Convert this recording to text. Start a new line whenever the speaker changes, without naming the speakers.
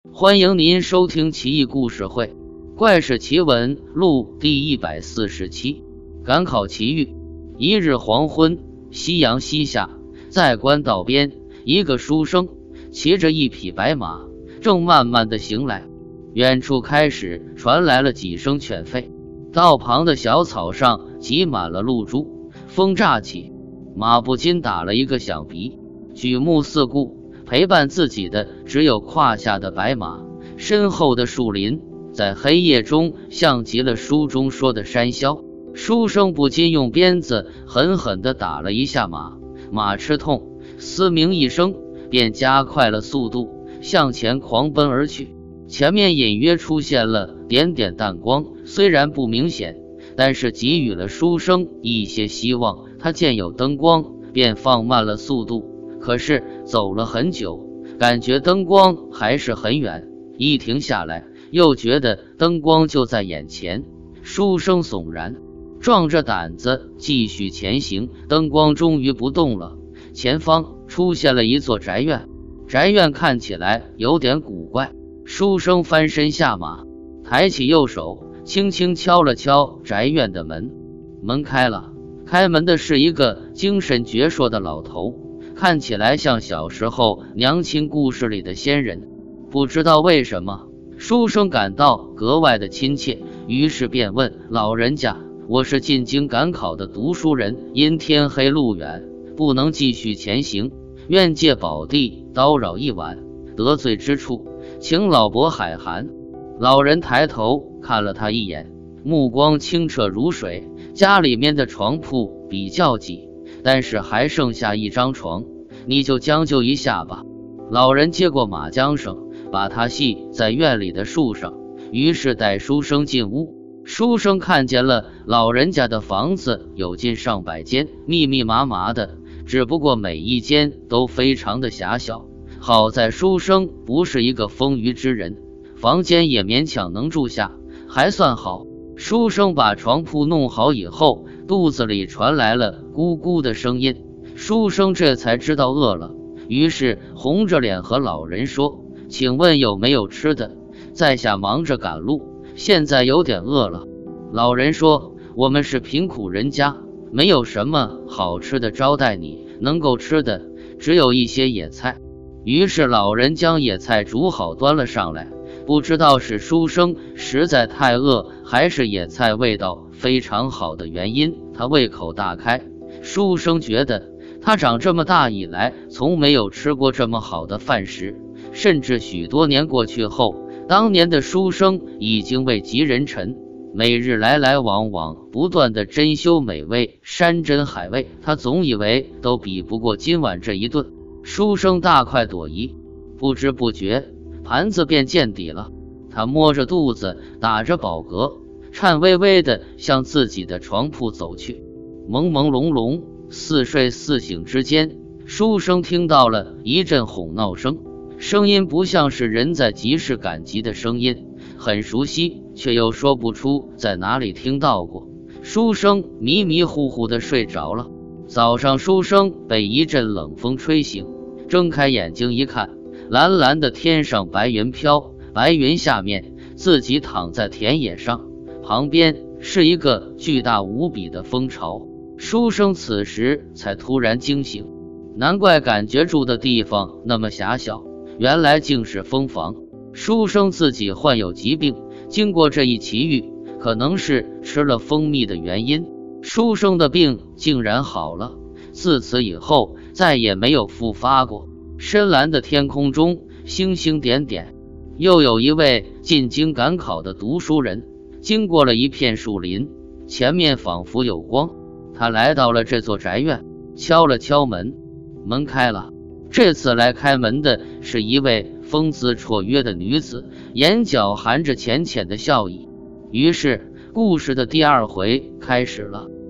欢迎您收听奇异故事会《怪事奇闻录》第147。赶考奇遇。一日黄昏，夕阳西下，在官道边，一个书生骑着一匹白马，正慢慢地行来。远处开始传来了几声犬吠，道旁的小草上挤满了露珠，风乍起，马不禁打了一个响鼻，举目四顾，陪伴自己的只有胯下的白马，身后的树林在黑夜中像极了书中说的山魈。书生不禁用鞭子狠狠地打了一下马，马吃痛，嘶鸣一声，便加快了速度，向前狂奔而去。前面隐约出现了点点淡光，虽然不明显，但是给予了书生一些希望。他见有灯光，便放慢了速度，可是走了很久，感觉灯光还是很远，一停下来，又觉得灯光就在眼前。书生悚然，壮着胆子继续前行。灯光终于不动了，前方出现了一座宅院，宅院看起来有点古怪。书生翻身下马，抬起右手，轻轻敲了敲宅院的门，门开了。开门的是一个精神矍铄的老头，看起来像小时候娘亲故事里的仙人。不知道为什么，书生感到格外的亲切，于是便问老人家：我是进京赶考的读书人，因天黑路远，不能继续前行，愿借宝地叨扰一晚，得罪之处请老伯海涵。老人抬头看了他一眼，目光清澈如水。家里面的床铺比较挤，但是还剩下一张床，你就将就一下吧。老人接过马缰绳，把它系在院里的树上，于是带书生进屋。书生看见了老人家的房子有近上百间，密密麻麻的，只不过每一间都非常的狭小。好在书生不是一个丰腴之人，房间也勉强能住下，还算好。书生把床铺弄好以后，肚子里传来了咕咕的声音，书生这才知道饿了，于是红着脸和老人说：请问有没有吃的？在下忙着赶路，现在有点饿了。老人说：我们是贫苦人家，没有什么好吃的招待你，能够吃的只有一些野菜。于是老人将野菜煮好端了上来，不知道是书生实在太饿，还是野菜味道非常好的原因，他胃口大开。书生觉得他长这么大以来从没有吃过这么好的饭食，甚至许多年过去后，当年的书生已经位极人臣，每日来来往往，不断的珍馐美味，山珍海味，他总以为都比不过今晚这一顿。书生大快朵颐，不知不觉盘子便见底了。他摸着肚子，打着饱嗝，颤巍巍地向自己的床铺走去。朦朦胧胧，似睡似醒之间，书生听到了一阵哄闹声，声音不像是人在集市赶集的声音，很熟悉，却又说不出在哪里听到过。书生迷迷糊糊地睡着了。早上书生被一阵冷风吹醒，睁开眼睛一看，蓝蓝的天上白云飘，白云下面自己躺在田野上，旁边是一个巨大无比的蜂巢。书生此时才突然惊醒，难怪感觉住的地方那么狭小，原来竟是蜂房。书生自己患有疾病，经过这一奇遇，可能是吃了蜂蜜的原因，书生的病竟然好了，自此以后再也没有复发过。深蓝的天空中星星点点，又有一位进京赶考的读书人经过了一片树林，前面仿佛有光。他来到了这座宅院，敲了敲门，门开了。这次来开门的是一位风姿绰约的女子，眼角含着浅浅的笑意。于是故事的第二回开始了。